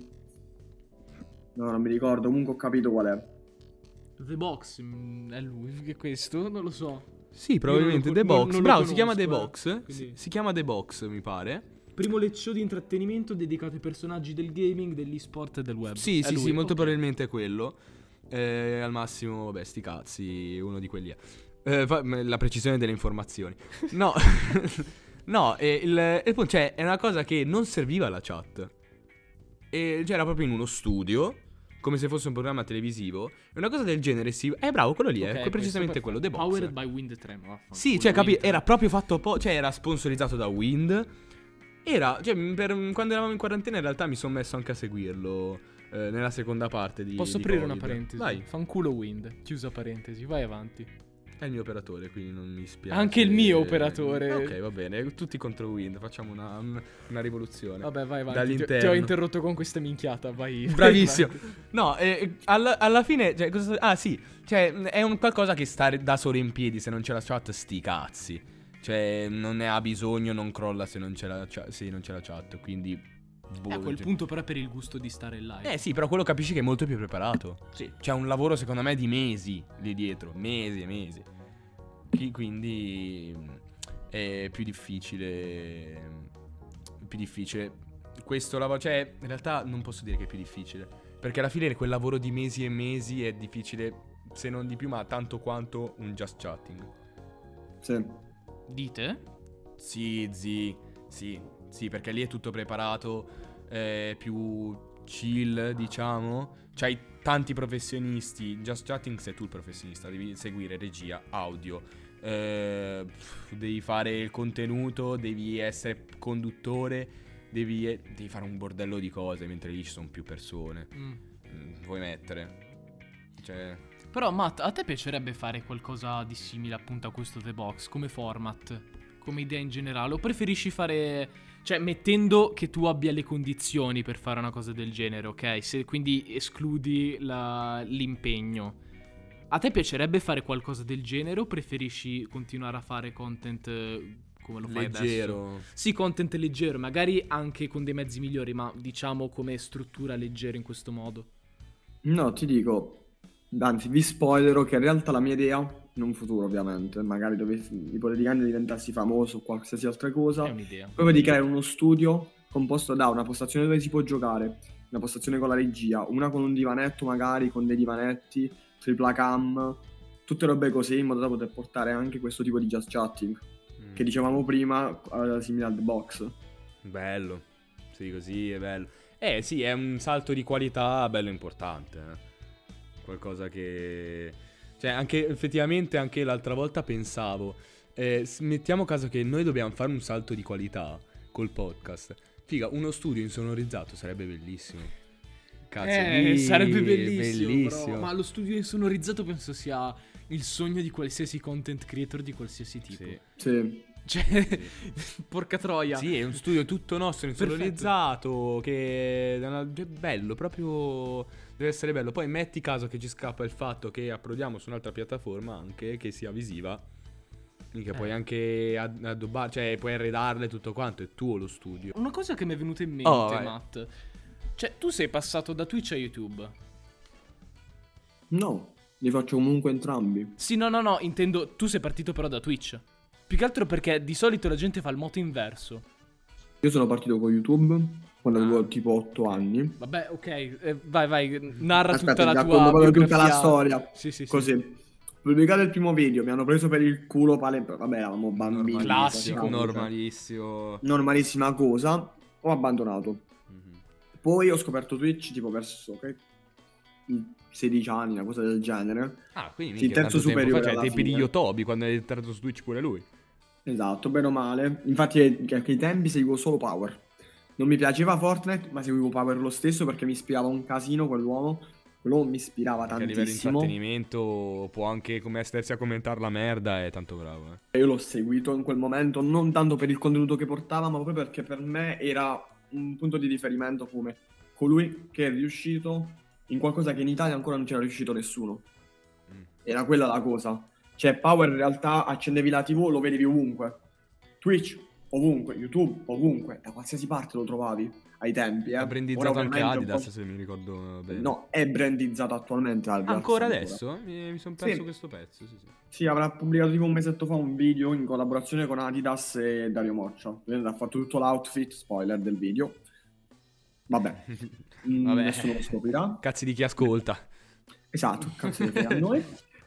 No, non mi ricordo, comunque ho capito qual è. The Box mm, è lui, che è questo? Non lo so. Sì, probabilmente Io The non lo co- Box. non- non lo Bravo, si chiama conosco, The eh, Box. quindi- Si, si chiama The Box, mi pare. Primo let's show di intrattenimento dedicato ai personaggi del gaming, dell'e-sport e del web. Sì, È sì, lui, sì, molto ok. probabilmente è quello. Eh, al massimo, vabbè, sti cazzi, uno di quelli è. Eh, fa- m- la precisione delle informazioni. No, no, e il, e il punto, cioè, è una cosa che non serviva la chat. E cioè, era proprio in uno studio, come se fosse un programma televisivo. E una cosa del genere si... Eh, bravo, quello lì, Ok, è questo precisamente per- quello, The Box. Powered by Wind tre, ma vaffanculo, Sì, cioè, capi, Wind tre. era proprio fatto po', cioè era sponsorizzato da Wind. Era, cioè, per, quando eravamo in quarantena in realtà mi sono messo anche a seguirlo eh, nella seconda parte di Posso di aprire una Covid. parentesi? Vai, Fanculo Wind, chiusa parentesi, vai avanti. è il mio operatore, quindi non mi spiace. Anche il mio operatore. Ok, va bene, tutti contro Wind, facciamo una, una rivoluzione. Vabbè, vai, vai. Ti, Dall'interno. ti ho interrotto con questa minchiata, vai. vai Bravissimo. avanti. No, eh, alla, alla fine, cioè, cosa, ah sì, cioè, è un qualcosa che sta da solo in piedi, se non c'è la chat, sti cazzi. Cioè, non ne ha bisogno, non crolla se non c'è la, chat, se non c'è la chat, quindi... boh, Eh, a quel cioè- punto però è per il gusto di stare live. Eh sì, però quello capisci che è molto più preparato. sì. C'è un lavoro secondo me di mesi lì dietro, mesi e mesi. Chi- Quindi mh, è più difficile. Più difficile. Questo lavoro, cioè, in realtà non posso dire che è più difficile. Perché alla fine quel lavoro di mesi e mesi è difficile, se non di più, ma tanto quanto un just chatting. Sì. Dite? Sì, zi, sì, sì, perché lì è tutto preparato, è più chill, diciamo. C'hai tanti professionisti. Just Chatting sei tu il professionista, devi seguire regia, audio, eh, devi fare il contenuto, devi essere conduttore, devi, devi fare un bordello di cose, mentre lì ci sono più persone. Mm. Mm, vuoi mettere, cioè... Però Matt, a te piacerebbe fare qualcosa di simile appunto a questo The Box come format, come idea in generale, o preferisci fare, cioè mettendo che tu abbia le condizioni per fare una cosa del genere, ok? Se quindi escludi la, l'impegno, a te piacerebbe fare qualcosa del genere o preferisci continuare a fare content eh, come lo fai leggero. adesso? Sì, content leggero, magari anche con dei mezzi migliori, ma diciamo come struttura leggera in questo modo. No, ti dico, anzi vi spoilerò che in realtà la mia idea, in un futuro ovviamente, magari dovessi ipoteticamente diventassi famoso o qualsiasi altra cosa, È un'idea. è proprio di creare uno studio composto da una postazione dove si può giocare, una postazione con la regia, una con un divanetto magari, con dei divanetti, tripla cam, tutte robe così, in modo da poter portare anche questo tipo di just chatting, Mm. che dicevamo prima, eh, simile al The Box. Bello, sì, così è bello. Eh sì, è un salto di qualità bello importante, eh. Qualcosa che... Cioè, anche effettivamente, anche l'altra volta pensavo, eh, s- mettiamo caso che noi dobbiamo fare un salto di qualità col podcast. Figa, uno studio insonorizzato sarebbe bellissimo. Cazzo, Eh, lì, sarebbe bellissimo, bellissimo. bro. Ma lo studio insonorizzato penso sia il sogno di qualsiasi content creator di qualsiasi tipo. Sì. Sì. Cioè, porca troia. Sì, è un studio tutto nostro, insonorizzato, che è una- è bello, proprio deve essere bello. Poi metti caso che ci scappa il fatto che approdiamo su un'altra piattaforma anche, che sia visiva, che Eh. puoi anche ad- addobbare, cioè puoi arredarle tutto quanto, è tuo lo studio. Una cosa che mi è venuta in mente, Oh, vai. Matt. Cioè, tu sei passato da Twitch a YouTube. No, li faccio comunque entrambi. Sì, no, no, no, intendo, tu sei partito però da Twitch. Più che altro perché di solito la gente fa il moto inverso. Io sono partito con YouTube quando Ah. avevo tipo otto anni. Vabbè, ok, eh, vai, vai, narra Aspetta, tutta la ti tua racconto proprio biografia. tutta la storia. Sì, sì, sì. Così. Pubblicato il primo video, mi hanno preso per il culo, pale... vabbè, eravamo bambini. Classico, facevamo, cioè, normalissimo. normalissima cosa. Ho abbandonato. Mhm. Poi ho scoperto Twitch tipo verso ok, sedici anni, una cosa del genere. Ah, quindi Sì, mica terzo tanto tempo superiore fa, cioè ai alla tempi di fine. Yotobi, quando è entrato su Twitch pure lui. Esatto, bene o male. Infatti a quei tempi seguivo solo Power. Non mi piaceva Fortnite, ma seguivo Power lo stesso perché mi ispirava un casino quell'uomo. Quell'uomo mi ispirava Che a livello di tantissimo. intrattenimento può anche come essersi a commentare la merda, è tanto bravo, eh. E io l'ho seguito in quel momento, non tanto per il contenuto che portava, ma proprio perché per me era un punto di riferimento come colui che è riuscito in qualcosa che in Italia ancora non c'era riuscito nessuno. Mm. Era quella la cosa. Cioè, Power in realtà accendevi la tivù, lo vedevi ovunque. Twitch, ovunque. YouTube, ovunque. Da qualsiasi parte lo trovavi ai tempi. Eh. Ha brandizzato Ora anche ovviamente un Adidas, po'- se mi ricordo bene. No, è brandizzato attualmente Adidas. Ancora adesso? Mi, mi sono perso Sì. questo pezzo, sì, sì. Sì, avrà pubblicato tipo un mesetto fa un video in collaborazione con Adidas e Dario Moccia. Quindi ha fatto tutto l'outfit, spoiler del video. Vabbè, mm, Vabbè. nessuno lo scoprirà. Cazzi di chi ascolta. Esatto, cazzo di frega a noi.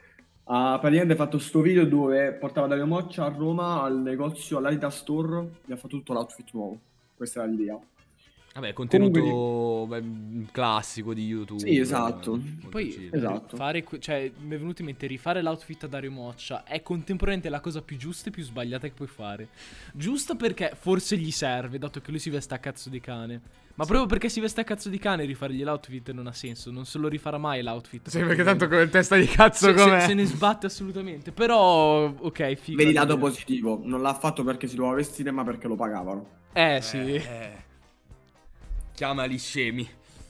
Ha praticamente fatto sto video dove portava Dario Moccia a Roma al negozio, all'Adidas Store, e ha fatto tutto l'outfit nuovo. Questa era l'idea. Vabbè, contenuto Comunque beh, classico di YouTube. Sì, esatto. eh, molto Poi chill. Esatto. fare, que- cioè, mi è venuto in mente rifare l'outfit a Dario Moccia è contemporaneamente la cosa più giusta e più sbagliata che puoi fare. Giusto perché forse gli serve, dato che lui si veste a cazzo di cane. Ma proprio perché si veste a cazzo di cane, rifargli l'outfit non ha senso. Non se lo rifarà mai l'outfit. Sì, perché tanto con il testa di cazzo se, com'è. se, se ne sbatte assolutamente. Però, ok, figo. Vedi il lato positivo, non l'ha fatto perché si doveva vestire, ma perché lo pagavano. Eh, sì. Eh. Chiamali scemi.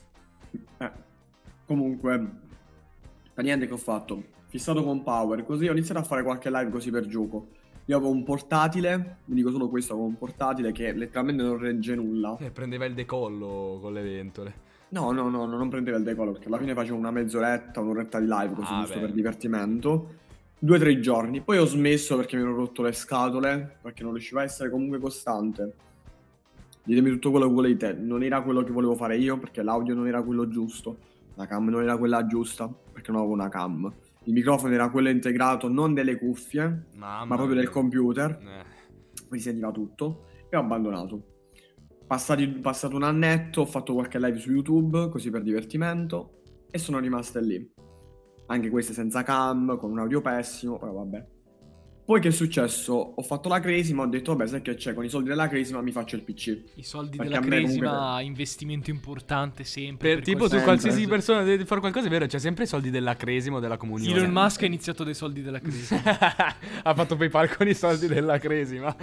Eh. Comunque, per niente che ho fatto. Fissato con Power, così ho iniziato a fare qualche live così per gioco. Io avevo un portatile, vi dico solo questo, avevo un portatile che letteralmente non regge nulla. Eh, prendeva il decollo con le ventole. No, no, no, non prendeva il decollo perché alla fine facevo una mezz'oretta, un'oretta di live così, Ah, giusto beh. per divertimento. Due o tre giorni. Poi ho smesso perché mi ero rotto le scatole, perché non riuscivo a essere comunque costante. Ditemi tutto quello che volete, non era quello che volevo fare io perché l'audio non era quello giusto, la cam non era quella giusta perché non avevo una cam. Il microfono era quello integrato non delle cuffie, Mamma ma proprio mia. del computer. Eh. Poi si sentiva tutto e ho abbandonato. Passati, passato un annetto ho fatto qualche live su YouTube così per divertimento, e sono rimaste lì. Anche queste senza cam, con un audio pessimo, però vabbè. Poi che è successo? Ho fatto la cresima, ho detto vabbè, sai che c'è, con i soldi della cresima mi faccio il P C. I soldi Perché della a me cresima, comunque- investimento importante sempre. Per, tipo tu sempre. qualsiasi persona deve fare qualcosa, è vero, c'è sempre i soldi della cresima o della comunione. Elon Musk ha iniziato dai soldi della cresima. Ha fatto PayPal con i soldi della cresima.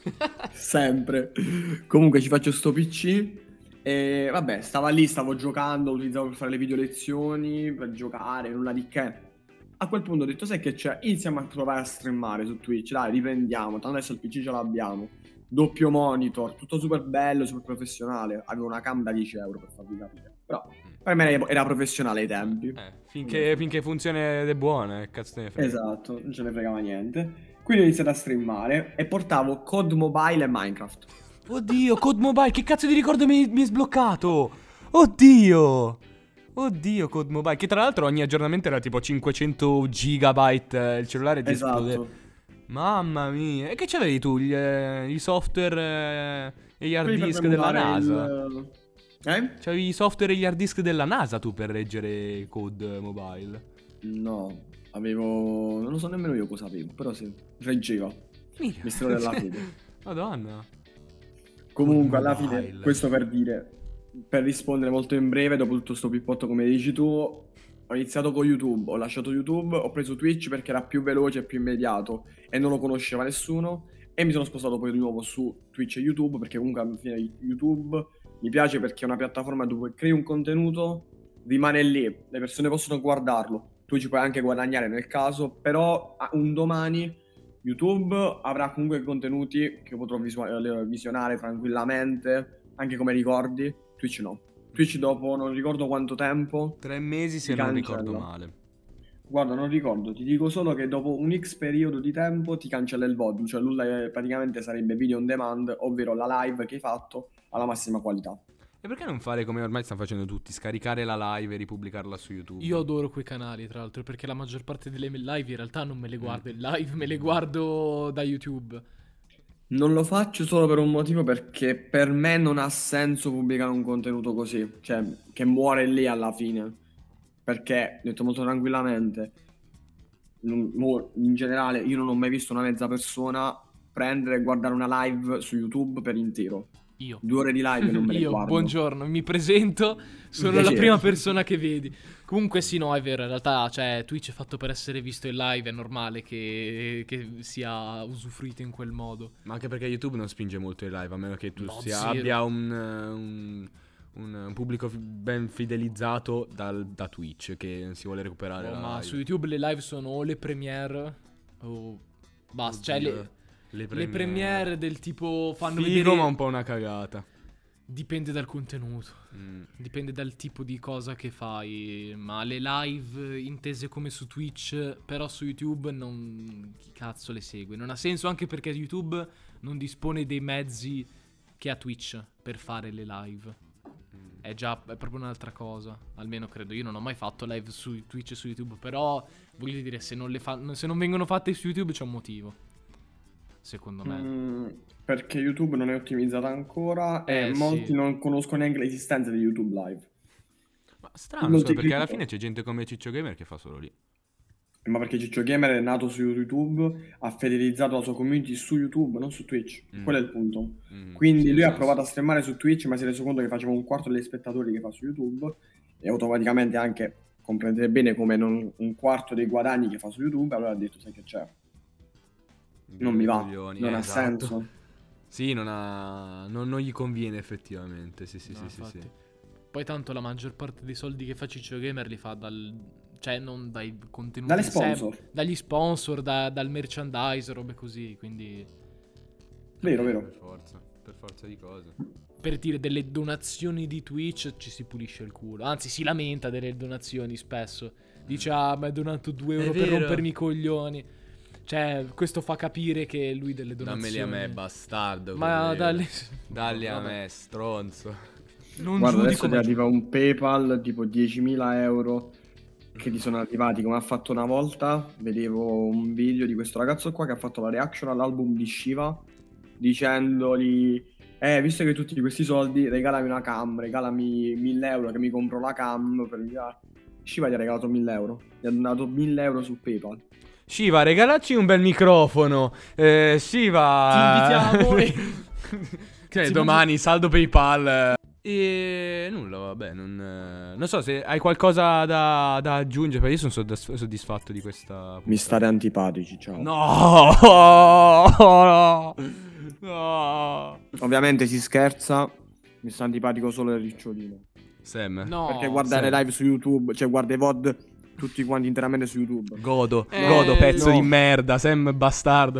Sempre. Comunque ci faccio sto P C e vabbè, stava lì, stavo giocando, lo utilizzavo per fare le video lezioni, per giocare, nulla di che. A quel punto ho detto, sai che c'è? Iniziamo a provare a streamare su Twitch, dai, riprendiamo, tanto adesso il P C ce l'abbiamo. Doppio monitor, tutto super bello, super professionale. Avevo una cam da dieci euro per farvi capire. Però per me era, era professionale ai tempi. Eh, finché, finché funziona ed è buona, eh, cazzo te ne frega. Esatto, non ce ne fregava niente. Quindi ho iniziato a streamare e portavo C O D Mobile e Minecraft. Oddio, Code Mobile, che cazzo di ricordo mi, mi è sbloccato? Oddio! Oddio, Code Mobile, che tra l'altro ogni aggiornamento era tipo cinquecento gigabyte, eh, il cellulare ti esplodeva. Esatto. Mamma mia, e che c'avevi tu? Gli, eh, i software eh, e gli hard Quelli per disk della emulare NASA? il- Eh? C'avevi i software e gli hard disk della NASA tu per leggere Code Mobile? No, avevo... non lo so nemmeno io cosa avevo, però sì, reggeva. Minchia. Mistero della fede. Madonna. Comunque, alla Mobile. fine, questo per dire, per rispondere molto in breve, dopo tutto sto pippotto come dici tu, ho iniziato con YouTube, ho lasciato YouTube, ho preso Twitch perché era più veloce e più immediato e non lo conosceva nessuno, e mi sono spostato poi di nuovo su Twitch e YouTube perché comunque alla fine YouTube mi piace perché è una piattaforma dove crei un contenuto, rimane lì, le persone possono guardarlo, tu ci puoi anche guadagnare nel caso, però a- un domani YouTube avrà comunque contenuti che potrò visual- visionare tranquillamente, anche come ricordi. Twitch no. Twitch dopo non ricordo quanto tempo. Tre mesi se Mi non cancella. ricordo male. Guarda, non ricordo, ti dico solo che dopo un X periodo di tempo ti cancella il V O D, cioè nulla, eh, praticamente sarebbe video on demand, ovvero la live che hai fatto alla massima qualità. E perché non fare come ormai stanno facendo tutti? Scaricare la live e ripubblicarla su YouTube? Io adoro quei canali, tra l'altro, perché la maggior parte delle mie live in realtà non me le guardo in live, me le guardo da YouTube. Non lo faccio solo per un motivo, perché per me non ha senso pubblicare un contenuto così, cioè che muore lì alla fine. Perché, detto molto tranquillamente, non- mo- in generale io non ho mai visto una mezza persona prendere e guardare una live su YouTube per intero. Io. Due ore di live non me le Io, guardo. buongiorno, mi presento, sono la Piacere. prima persona che vedi. Comunque sì, no, è vero, in realtà, cioè, Twitch è fatto per essere visto in live, è normale che, che sia usufruito in quel modo. Ma anche perché YouTube non spinge molto in live, a meno che tu No, sia, zero. abbia un, eh, un, un- un pubblico fi- ben fidelizzato dal- da Twitch che si vuole recuperare Oh, la ma live. su YouTube le live sono o le premiere o basta, cioè Oddio, le, le le premiere del tipo fanno Figo, vedere, ma un po' una cagata. dipende dal contenuto. Mm. Dipende dal tipo di cosa che fai, ma le live intese come su Twitch, però su YouTube non... chi cazzo le segue? Non ha senso, anche perché YouTube non dispone dei mezzi che ha Twitch per fare le live. È già è proprio un'altra cosa, almeno credo. Io non ho mai fatto live su Twitch e su YouTube, però voglio dire, se non, le fa- se non vengono fatte su YouTube c'è un motivo, secondo me. Mm, perché YouTube non è ottimizzata ancora Eh, e molti sì. non conoscono neanche l'esistenza di YouTube Live. Ma strano, Non solo ti perché alla critico. fine c'è gente come Ciccio Gamer che fa solo lì. Ma perché Ciccio Gamer è nato su YouTube, ha fidelizzato la sua community su YouTube, non su Twitch. Mm. Quello è il punto. Mm, Quindi sì, lui ha ha senso. provato a streamare su Twitch, ma si è reso conto che faceva un quarto degli spettatori che fa su YouTube, e automaticamente anche comprendere bene come non un quarto dei guadagni che fa su YouTube. Allora ha detto, sai che c'è, non mi va, Coglioni, non eh, ha esatto. senso. Sì, non ha non, non gli conviene effettivamente. Sì, sì, No, sì, sì, infatti. sì. Poi tanto la maggior parte dei soldi che fa Ciccio Gamer li fa dal... cioè non dai contenuti Dalle in sé, sponsor. dagli sponsor, da- dal merchandise, robe così, quindi... Vero, Per vero. forza, per forza di cose. Per dire, delle donazioni di Twitch ci si pulisce il culo. Anzi, si lamenta delle donazioni spesso. Dice, ah, mi hai donato due euro per vero. rompermi i coglioni. Cioè, questo fa capire che lui delle Dammeli donazioni... a me, bastardo. Ma quelli- dalli... Dalli a Vabbè. me, stronzo. Non Guarda, giudico, adesso ti ma arriva un PayPal tipo diecimila euro che ti sono arrivati come ha fatto una volta. Vedevo un video di questo ragazzo qua che ha fatto la reaction all'album di Shiva, dicendogli, eh, visto che hai tutti questi soldi, regalami una cam, regalami mille euro che mi compro la cam per via. Shiva gli ha regalato mille euro. Gli ha donato mille euro su PayPal. Shiva, regalacci un bel microfono. Eh, Shiva. Ti invitiamo. e... Che Sì, domani saldo PayPal. E nulla, vabbè, non, non so se hai qualcosa da, da aggiungere, perché io sono soddisf- soddisfatto di questa puntata. Mi state antipatici, ciao. No, no, no. Ovviamente si scherza. Mi sta antipatico solo il ricciolino. Sam. No, Perché guardare Sam. live su YouTube, cioè guarda i V O D tutti quanti interamente su YouTube. Godo, Eh, godo, pezzo no. di merda, Sam bastardo.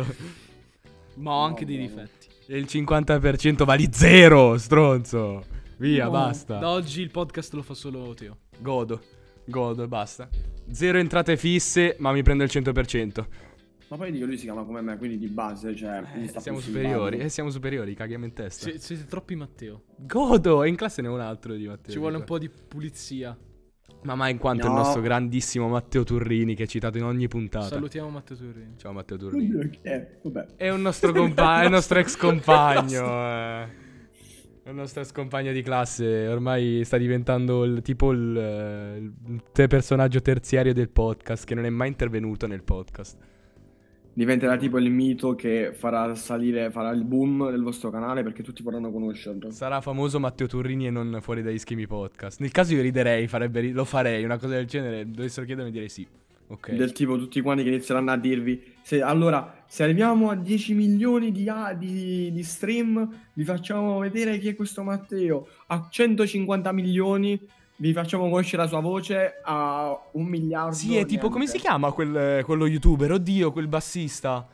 Ma ho anche No, dei no. difetti. E il cinquanta per cento vali zero, stronzo. Via, No, basta. Da oggi il podcast lo fa solo Teo. Godo, godo e basta. Zero entrate fisse, ma mi prendo il cento per cento. Ma poi dico, lui si chiama come me, quindi di base, cioè... mi sta Siamo più superiori, simpatico. eh, siamo superiori, caghiamo in testa. Sie- siete troppi Matteo. Godo, e in classe ne ho un altro di Matteo. Ci vuole un po' di pulizia. Ma mai in quanto No. il nostro grandissimo Matteo Turrini, che è citato in ogni puntata. Salutiamo Matteo Turrini. Ciao Matteo Turrini. Oddio, chi è? Vabbè. È un nostro compagno, è il nostro ex compagno. eh. È il nostro ex compagno di classe. Ormai sta diventando il, tipo il, eh, il te- personaggio terziario del podcast, che non è mai intervenuto nel podcast. Diventerà tipo il mito che farà salire, farà il boom del vostro canale perché tutti vorranno conoscerlo. Sarà famoso Matteo Turrini e non fuori dagli schemi podcast. Nel caso io riderei, farebbe ri- lo farei, una cosa del genere. Dovessero chiedermi direi sì. Ok. Del tipo tutti quanti che inizieranno a dirvi se, allora se arriviamo a dieci milioni di, a- di, di stream vi facciamo vedere chi è questo Matteo, a centocinquanta milioni vi facciamo conoscere la sua voce, a un miliardo Sì, è tipo, come niente. si chiama quel, quello youtuber? Oddio, quel bassista.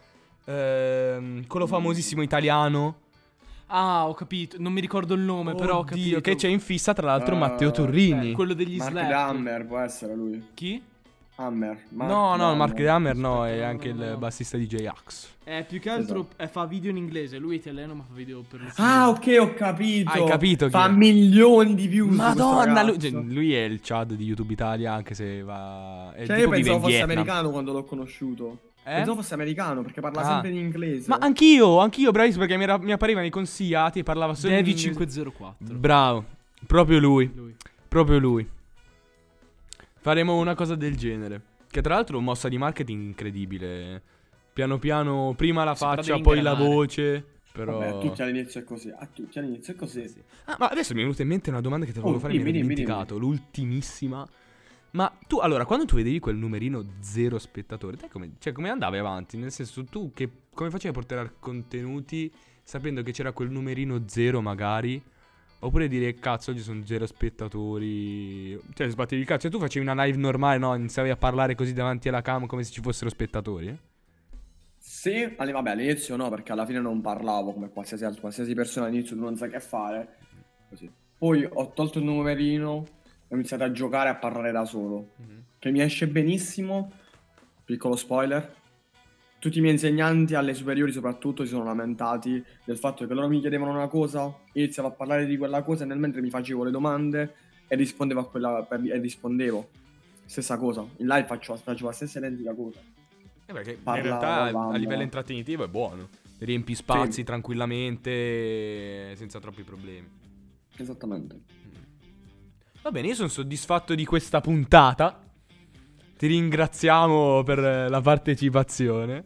Ehm, quello famosissimo italiano. Ah, ho capito. Non mi ricordo il nome, però ho Oddio, capito. che c'è in fissa tra l'altro Ah, Matteo Turrini. Eh, quello degli Mark slap. Hammer può essere lui. Chi? Hammer. Mark No, no, Mark Hammer. Hammer no, è Aspetta, anche no, no, il no. bassista di J-Ax. Eh, più che altro eh, fa video in inglese. Lui è italiano, ma fa video per lo Ah, ok, ho capito. Hai capito chi Fa è? milioni di views. Madonna, lui, questo cioè, ragazzo. lui è il Chad di YouTube Italia, anche se va... È Cioè, tipo io vive pensavo in fosse Vietnam. americano quando l'ho conosciuto. Eh? Pensavo fosse americano perché parla Ah. sempre in inglese. Ma anch'io, anch'io, bravissimo, perché mi, era- mi apparivano i consigliati e parlava solo in Devi inglese. cinquecentoquattro. Bravo, proprio lui, Lui. proprio lui. Faremo una cosa del genere. Che tra l'altro è una mossa di marketing incredibile. Piano piano, prima la Si parla faccia, di poi la ingranare. voce. Però... Vabbè, a tutti all'inizio è così. A tutti all'inizio è così. Ah, ma adesso mi è venuta in mente una domanda che ti volevo Oh, fare, dimmi, mi ero dimmi, dimenticato. L'ultimissima. Ma tu, allora, quando tu vedevi quel numerino zero spettatori, te come, cioè, come andavi avanti? Nel senso, tu che, come facevi a portare contenuti sapendo che c'era quel numerino zero magari? Oppure dire, cazzo, oggi sono zero spettatori. Cioè, sbattevi il cazzo. Cioè, tu facevi una live normale, no? Iniziavi a parlare così davanti alla cam come se ci fossero spettatori, eh? Sì, alle- vabbè, all'inizio no, perché alla fine non parlavo come qualsiasi altro, qualsiasi persona all'inizio tu non sai che fare. Così. Poi ho tolto il numerino, ho iniziato a giocare e a parlare da solo. Che mi esce benissimo. Piccolo spoiler. Tutti i miei insegnanti, alle superiori soprattutto, si sono lamentati del fatto che loro mi chiedevano una cosa, iniziavo a parlare di quella cosa e nel mentre mi facevo le domande e rispondevo a quella per- e rispondevo. Stessa cosa. In live faccio, faccio la stessa identica cosa. Eh, perché in Parla- realtà a parlando. livello intrattenitivo è buono. Riempi spazi tranquillamente, senza troppi problemi. Esattamente. Va bene, io sono soddisfatto di questa puntata. Ti ringraziamo per eh, la partecipazione.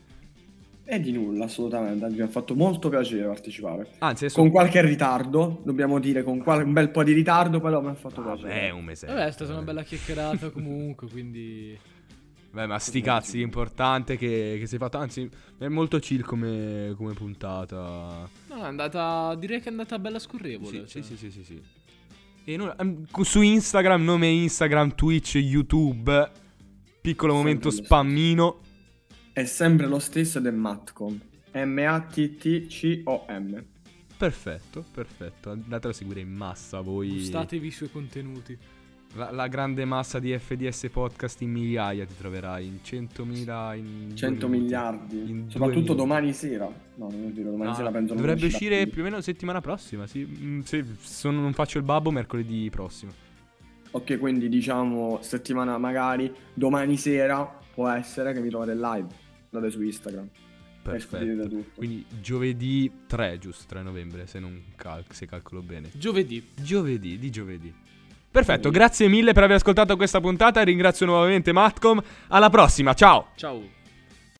E di nulla, assolutamente. Mi ha fatto molto piacere partecipare. Anzi, adesso... Con qualche ritardo, dobbiamo dire, con qual- un bel po' di ritardo, però mi ha fatto Vabbè, piacere. un mese. Vabbè, è stata una bella chiacchierata comunque, quindi... Beh, ma sti cazzi, l'importante che, che sei fatto. Anzi, è molto chill come, come puntata. No, è andata... Direi che è andata bella scorrevole. Sì, cioè. sì, sì, sì, sì. E noi, ehm, su Instagram, nome Instagram, Twitch, YouTube. Piccolo Sempre momento lo stesso. spammino. È sempre lo stesso ed è Matcom. M A T T C O M. Perfetto, perfetto. Andate a seguire in massa voi. Gustatevi i suoi contenuti. La, la grande massa di F D S podcast in migliaia ti troverai. In centomila, in due cento minuti. miliardi. In due Soprattutto minuti. domani sera. No, non è vero, domani No, sera penso non dovrebbe uscirà uscire più. più o meno settimana prossima. Sì. Mm, Se, se non faccio il babbo, mercoledì prossimo. Ok, quindi diciamo settimana magari, domani sera può essere che mi trovate in live. Andate su Instagram. E scoprite Perfetto. tutto. Quindi giovedì tre, giusto? tre novembre, se non cal- se calcolo bene. Giovedì. Giovedì, di giovedì. Perfetto, grazie mille per aver ascoltato questa puntata. Ringrazio nuovamente Matcom. Alla prossima, ciao. Ciao.